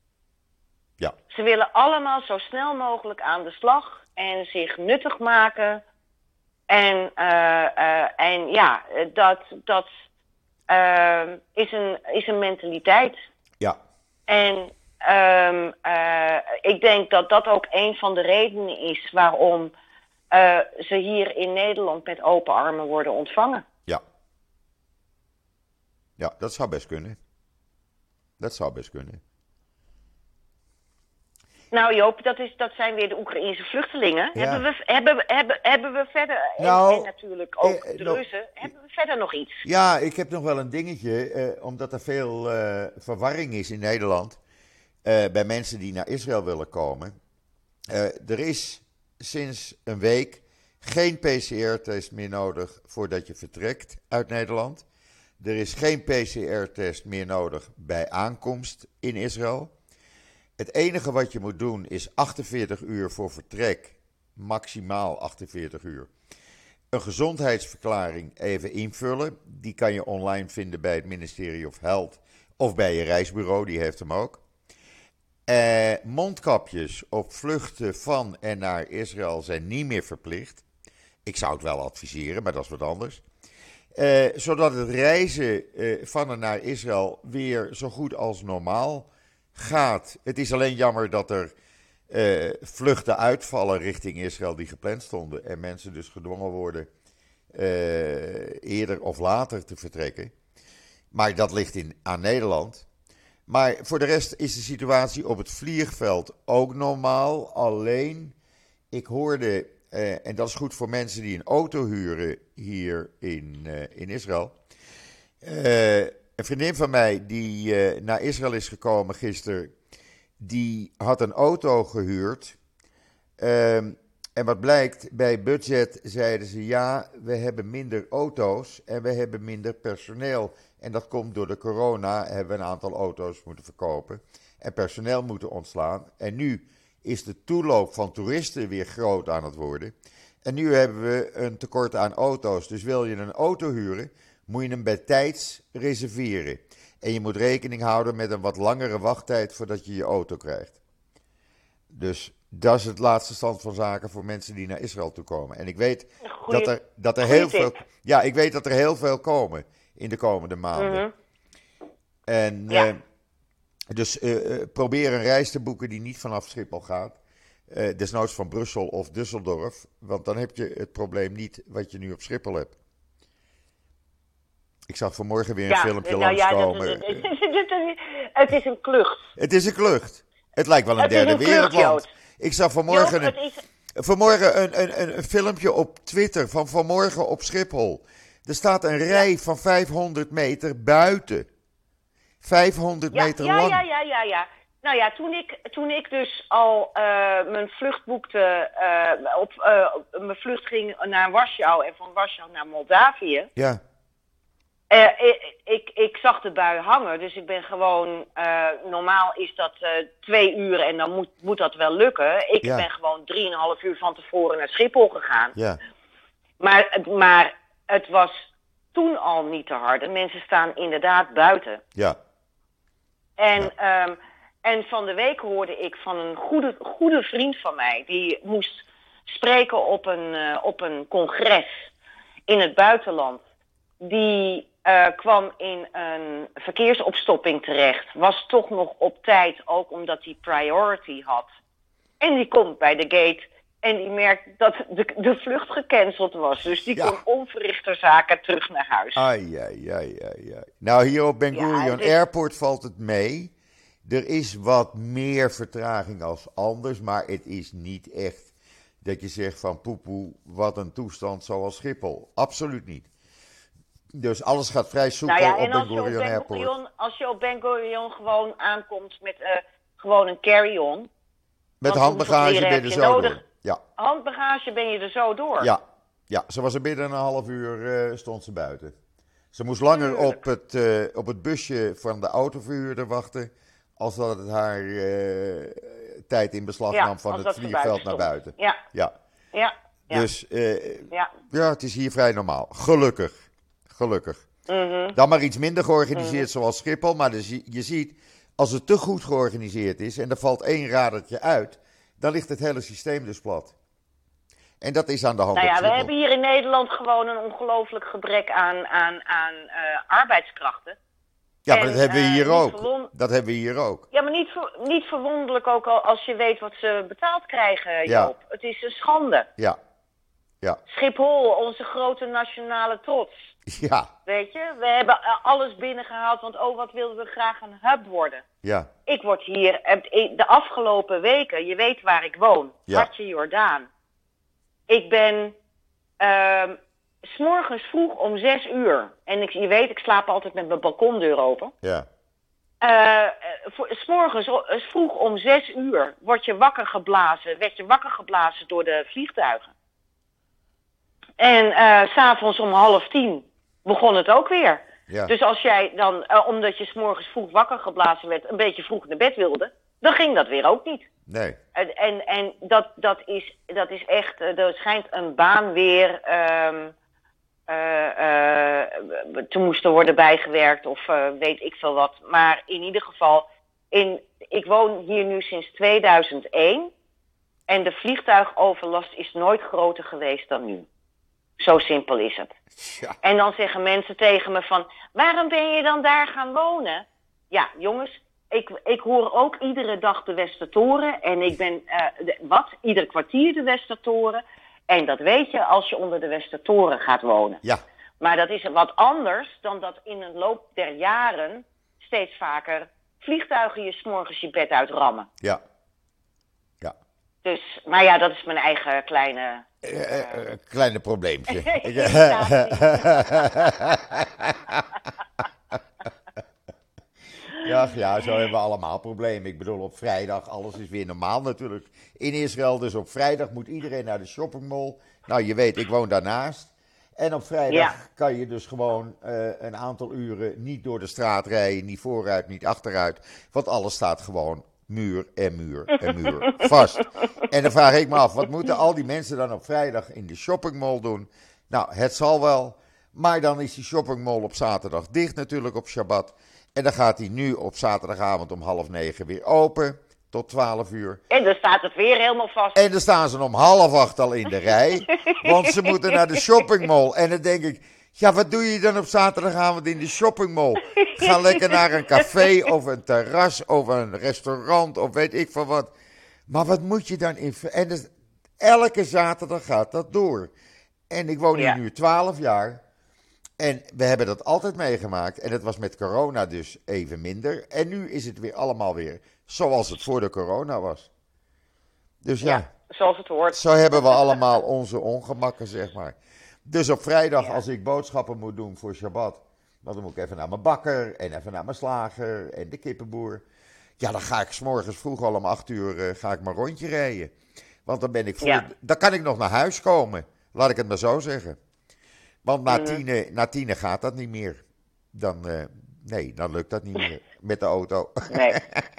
Ja. Ze willen allemaal zo snel mogelijk aan de slag en zich nuttig maken. En, uh, uh, en ja, dat, dat uh, is, een, is een mentaliteit. Ja. En um, uh, ik denk dat dat ook een van de redenen is waarom uh, ze hier in Nederland met open armen worden ontvangen. Ja. Ja, dat zou best kunnen. Dat zou best kunnen. Nou Joop, dat, is, dat zijn weer de Oekraïnse vluchtelingen. Ja. Hebben, we, hebben, we, hebben, hebben we verder, nou, en, en natuurlijk ook eh, de nog, Russen, hebben we verder nog iets? Ja, ik heb nog wel een dingetje, eh, omdat er veel uh, verwarring is in Nederland. Uh, bij mensen die naar Israël willen komen. Uh, er is sinds een week geen P C R-test meer nodig voordat je vertrekt uit Nederland. Er is geen P C R-test meer nodig bij aankomst in Israël. Het enige wat je moet doen is achtenveertig uur voor vertrek, maximaal achtenveertig uur, een gezondheidsverklaring even invullen. Die kan je online vinden bij het ministerie of Health of bij je reisbureau, die heeft hem ook. Uh, mondkapjes op vluchten van en naar Israël zijn niet meer verplicht. Ik zou het wel adviseren, maar dat is wat anders. Uh, zodat het reizen uh, van en naar Israël weer zo goed als normaal gaat. Het is alleen jammer dat er uh, vluchten uitvallen richting Israël die gepland stonden. En mensen dus gedwongen worden uh, eerder of later te vertrekken. Maar dat ligt in, aan Nederland. Maar voor de rest is de situatie op het vliegveld ook normaal. Alleen, ik hoorde... Uh, en dat is goed voor mensen die een auto huren hier in, uh, in Israël. Uh, een vriendin van mij die uh, naar Israël is gekomen gisteren, die had een auto gehuurd. Uh, en wat blijkt, bij Budget zeiden ze ja, we hebben minder auto's en we hebben minder personeel. En dat komt door de corona, hebben we een aantal auto's moeten verkopen en personeel moeten ontslaan. En nu is de toeloop van toeristen weer groot aan het worden. En nu hebben we een tekort aan auto's. Dus wil je een auto huren, moet je hem bij tijds reserveren. En je moet rekening houden met een wat langere wachttijd voordat je je auto krijgt. Dus dat is het laatste stand van zaken voor mensen die naar Israël toe komen. En ik weet Goeie, dat er, dat er heel veel, ja, ik weet dat er heel veel komen in de komende maanden. Mm-hmm. En ja. uh, Dus uh, probeer een reis te boeken die niet vanaf Schiphol gaat. Uh, desnoods van Brussel of Düsseldorf. Want dan heb je het probleem niet wat je nu op Schiphol hebt. Ik zag vanmorgen weer een ja, filmpje nou langskomen. Ja, dat, het, is, het is een klucht. Het is een klucht. Het lijkt wel een het derde een wereldland. Klucht, ik zag vanmorgen, Jood, een, is... vanmorgen een, een, een, een filmpje op Twitter van vanmorgen op Schiphol. Er staat een rij ja. van vijfhonderd meter buiten. vijfhonderd ja, meter ja, lang. Ja, ja, ja, ja. Nou ja, toen ik, toen ik dus al uh, mijn vlucht boekte, uh, op uh, mijn vlucht ging naar Warschau en van Warschau naar Moldavië. Ja. Uh, ik, ik, ik zag de bui hangen, dus ik ben gewoon, uh, normaal is dat uh, twee uur en dan moet, moet dat wel lukken. Ik ja. ben gewoon drieënhalf uur van tevoren naar Schiphol gegaan. Ja. Maar, maar het was toen al niet te hard. De mensen staan inderdaad buiten. Ja. En, ja. Um, en van de week hoorde ik van een goede, goede vriend van mij, die moest spreken op een, uh, op een congres in het buitenland. Die uh, kwam in een verkeersopstopping terecht. Was toch nog op tijd, ook omdat hij priority had. En die komt bij de gate en die merkt dat de, de vlucht gecanceld was. Dus die ja. kon onverrichter zaken terug naar huis. Ai, ai, ai, ai, ai. Nou, hier op Ben Gurion ja, is... Airport valt het mee. Er is wat meer vertraging als anders, maar het is niet echt dat je zegt van poepoe, wat een toestand zoals Schiphol. Absoluut niet. Dus alles gaat vrij soepel nou ja, op Ben Gurion Airport. Gurion, als je op Ben Gurion gewoon aankomt met uh, gewoon een carry-on. Met handbagage ben je er zo nodig. door. Ja. Handbagage ben je er zo door. Ja, ja. Ze was er binnen een half uur uh, stond ze buiten. Ze moest langer op het, uh, op het busje van de autoverhuurder wachten als dat het haar uh, tijd in beslag ja, nam van het vliegveld naar buiten. Ja. Ja. ja. ja. Dus uh, ja. ja, het is hier vrij normaal. Gelukkig. Gelukkig. Mm-hmm. Dan maar iets minder georganiseerd mm-hmm. zoals Schiphol. Maar dus je ziet, als het te goed georganiseerd is en er valt één radertje uit, dan ligt het hele systeem dus plat. En dat is aan de hand. Nou ja, we hebben hier in Nederland gewoon een ongelooflijk gebrek aan, aan, aan uh, arbeidskrachten. Ja, en, maar dat hebben we hier uh, ook. Verwon... Dat hebben we hier ook. Ja, maar niet, ver... niet verwonderlijk ook al als je weet wat ze betaald krijgen, Joop. Ja. Het is een schande. Ja. Ja. Schiphol, onze grote nationale trots. Ja. Weet je, we hebben alles binnengehaald, want oh, wat wilden we graag een hub worden. Ja. Ik word hier, de afgelopen weken, je weet waar ik woon, ja. Hartje Jordaan. Ik ben, uh, 's morgens vroeg om zes uur, en ik, je weet, ik slaap altijd met mijn balkondeur open. Ja. Uh, 's morgens vroeg om zes uur word je wakker geblazen, werd je wakker geblazen door de vliegtuigen. En uh, 's avonds om half tien begon het ook weer. Ja. Dus als jij dan, uh, omdat je 's morgens vroeg wakker geblazen werd, een beetje vroeg naar bed wilde, dan ging dat weer ook niet. Nee. En, en, en dat, dat, is, dat is echt, uh, er schijnt een baan weer um, uh, uh, te moesten worden bijgewerkt of uh, weet ik veel wat. Maar in ieder geval, in, ik woon hier nu sinds tweeduizend één en de vliegtuigoverlast is nooit groter geweest dan nu. Zo simpel is het. Ja. En dan zeggen mensen tegen me van, waarom ben je dan daar gaan wonen? Ja, jongens, ik, ik hoor ook iedere dag de Westertoren. En ik ben, uh, de, wat? Ieder kwartier de Westertoren. En dat weet je als je onder de Westertoren gaat wonen. Ja. Maar dat is wat anders dan dat in een loop der jaren steeds vaker vliegtuigen je 's morgens je bed uitrammen. Ja. Ja. Dus, maar ja, dat is mijn eigen kleine... Uh, uh, uh, kleine probleempje. Ja, ja, zo hebben we allemaal problemen. Ik bedoel, op vrijdag, alles is weer normaal natuurlijk in Israël. Dus op vrijdag moet iedereen naar de shoppingmall. Nou, je weet, ik woon daarnaast. En op vrijdag Ja. kan je dus gewoon uh, een aantal uren niet door de straat rijden. Niet vooruit, niet achteruit. Want alles staat gewoon muur en muur en muur vast. En dan vraag ik me af, wat moeten al die mensen dan op vrijdag in de shoppingmall doen? Nou, het zal wel. Maar dan is die shoppingmall op zaterdag dicht natuurlijk op Shabbat. En dan gaat hij nu op zaterdagavond om half negen weer open, tot twaalf uur. En dan staat het weer helemaal vast. En dan staan ze om half acht al in de rij, want ze moeten naar de shoppingmall. En dan denk ik, ja, wat doe je dan op zaterdagavond in de shoppingmall? Ga lekker naar een café of een terras of een restaurant of weet ik van wat. Maar wat moet je dan in... En dus, elke zaterdag gaat dat door. En ik woon hier Ja. nu twaalf jaar... En we hebben dat altijd meegemaakt. En het was met corona dus even minder. En nu is het weer allemaal weer zoals het voor de corona was. Dus ja, Ja, zoals het hoort. zo hebben we allemaal onze ongemakken, zeg maar. Dus op vrijdag, Ja. als ik boodschappen moet doen voor Shabbat, dan moet ik even naar mijn bakker en even naar mijn slager en de kippenboer. Ja, dan ga ik 's morgens vroeg al om acht uur uh, ga ik mijn rondje rijden. Want dan ben ik voor, Ja. dan kan ik nog naar huis komen. Laat ik het maar zo zeggen. Want na, Mhm. tienen, na tienen gaat dat niet meer. Dan, uh, nee, dan lukt dat niet meer met de auto. Nee.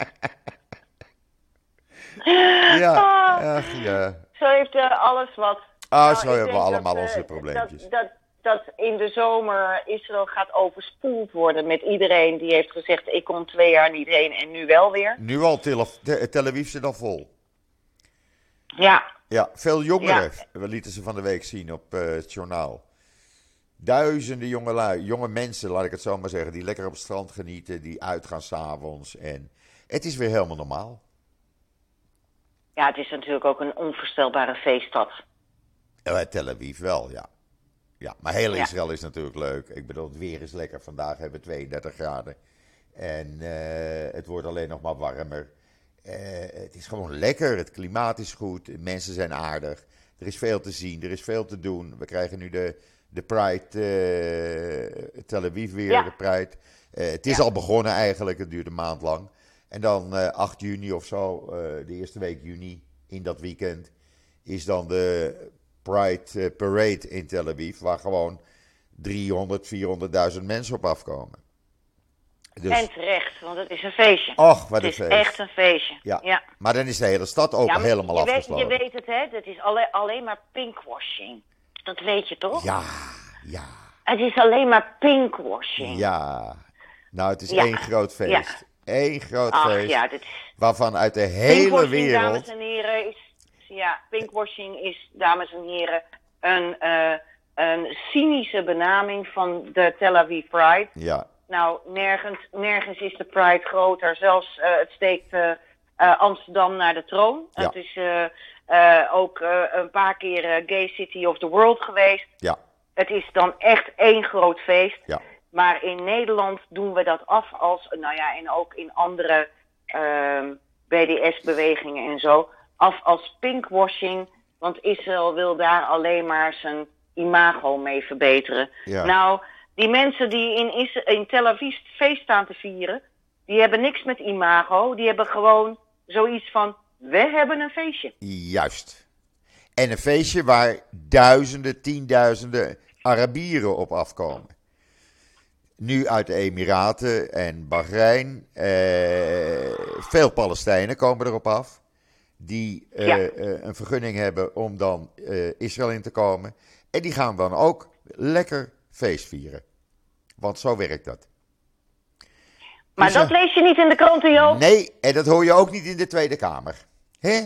Ja, Ah, ach ja. zo heeft uh, alles wat. Ah, Nou, zo ik hebben we denk allemaal dat, uh, onze probleempjes. Dat, dat, dat in de zomer Israël gaat overspoeld worden met iedereen die heeft gezegd, ik kom twee jaar niet heen en nu wel weer. Nu al, Tel, Tel Aviv zit al vol. Ja, Ja, veel jongeren, we lieten ze van de week zien op uh, het journaal. Duizenden jonge, lui, jonge mensen, laat ik het zo maar zeggen, die lekker op het strand genieten, die uitgaan s'avonds. En het is weer helemaal normaal. ja, het is natuurlijk ook een onvoorstelbare feeststad. Uh, Tel Aviv wel, ja. Ja, maar heel Ja. Israël is natuurlijk leuk. Ik bedoel, het weer is lekker. Vandaag hebben we tweeëndertig graden. En uh, het wordt alleen nog maar warmer. Uh, het is gewoon lekker. Het klimaat is goed. De mensen zijn aardig. Er is veel te zien. Er is veel te doen. We krijgen nu de, de Pride uh, Tel Aviv weer. Ja. De Pride. Uh, het is Ja. al begonnen eigenlijk. Het duurt een maand lang. En dan uh, acht juni of zo, uh, de eerste week juni, in dat weekend, is dan de Pride uh, Parade in Tel Aviv, waar gewoon driehonderd, vierhonderdduizend mensen op afkomen. Dus, En terecht, want het is een feestje. och, wat Het een is feest. echt een feestje. Ja. Ja. Maar dan is de hele stad ook Ja, maar helemaal je weet, afgesloten. je weet het, hè? Het is alle, alleen maar pinkwashing. Dat weet je toch? Ja, ja, Het is alleen maar pinkwashing. ja. Nou, het is Ja. één groot feest. Eén groot Ach feest, ja, dit is... waarvan uit de hele Pinkwashing, wereld... dames en heren, is... Ja, pinkwashing is, dames en heren, een, uh, een cynische benaming van de Tel Aviv Pride. Ja, Nou, nergens, nergens is de Pride groter. Zelfs uh, het steekt uh, uh, Amsterdam naar de troon. Ja. Het is uh, uh, ook uh, een paar keer uh, Gay City of the World geweest. ja, Het is dan echt één groot feest. ja. Maar in Nederland doen we dat af als, nou ja, en ook in andere uh, B D S-bewegingen en zo, af als pinkwashing. Want Israël wil daar alleen maar zijn imago mee verbeteren. Ja. Nou, die mensen die in, Is- in Tel Aviv feest staan te vieren, die hebben niks met imago. Die hebben gewoon zoiets van, we hebben een feestje. Juist. En een feestje waar duizenden, tienduizenden Arabieren op afkomen. Nu uit de Emiraten en Bahrein. Eh, veel Palestijnen komen erop af. Die eh, Ja. eh, een vergunning hebben om dan eh, Israël in te komen. En die gaan dan ook lekker feest vieren. Want zo werkt dat. Maar Dus, dat eh, lees je niet in de kranten, Joop. Nee, en dat hoor je ook niet in de Tweede Kamer. Hè?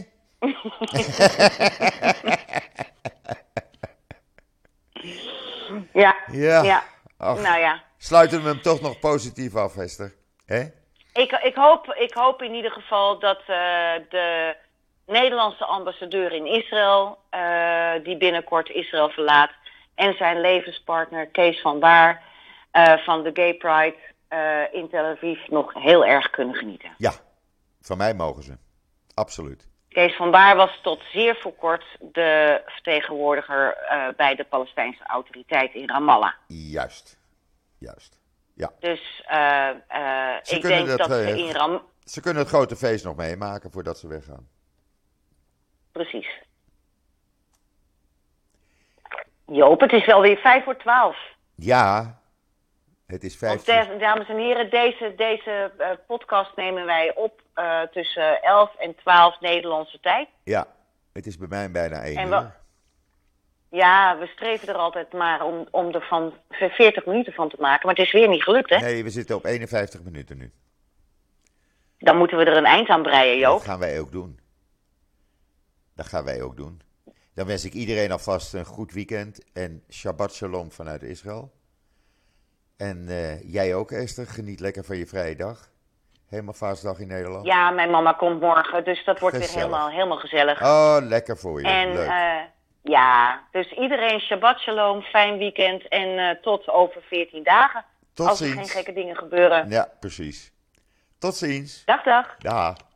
Ja, Ja. ja. Ach, Nou ja. sluiten we hem toch nog positief af, Esther. Hè? Ik, ik, hoop, ik hoop in ieder geval dat uh, de Nederlandse ambassadeur in Israël, uh, die binnenkort Israël verlaat, en zijn levenspartner Kees van Baar uh, van de Gay Pride uh, in Tel Aviv nog heel erg kunnen genieten. Ja, van mij mogen ze. Absoluut. Kees van Baar was tot zeer voor kort de vertegenwoordiger uh, bij de Palestijnse autoriteit in Ramallah. Juist, juist. Ja. Dus uh, uh, ik denk dat, dat uh, ze in Ram... Ze kunnen het grote feest nog meemaken voordat ze weggaan. Precies. Joop, het is wel weer vijf voor twaalf. Ja, het is vijf. Want, dames en heren, deze, deze uh, podcast nemen wij op uh, tussen elf en twaalf Nederlandse tijd. Ja, het is bij mij bijna één en uur. We, ja, we streven er altijd maar om, om er van veertig minuten van te maken. Maar het is weer niet gelukt, hè? Nee, we zitten op eenenvijftig minuten nu. Dan moeten we er een eind aan breien, Joop. Dat gaan wij ook doen. Dat gaan wij ook doen. Dan wens ik iedereen alvast een goed weekend en Shabbat Shalom vanuit Israël. En uh, jij ook, Esther, geniet lekker van je vrije dag. Helemaal vaastdag in Nederland. Ja, mijn mama komt morgen, dus dat wordt Gezellig. weer helemaal, helemaal gezellig. Oh, lekker voor je. En Leuk. Uh, ja, dus iedereen Shabbat Shalom, fijn weekend en uh, tot over veertien dagen. Tot als ziens. er geen gekke dingen gebeuren. Ja, precies. Tot ziens. Dag, dag. Dag.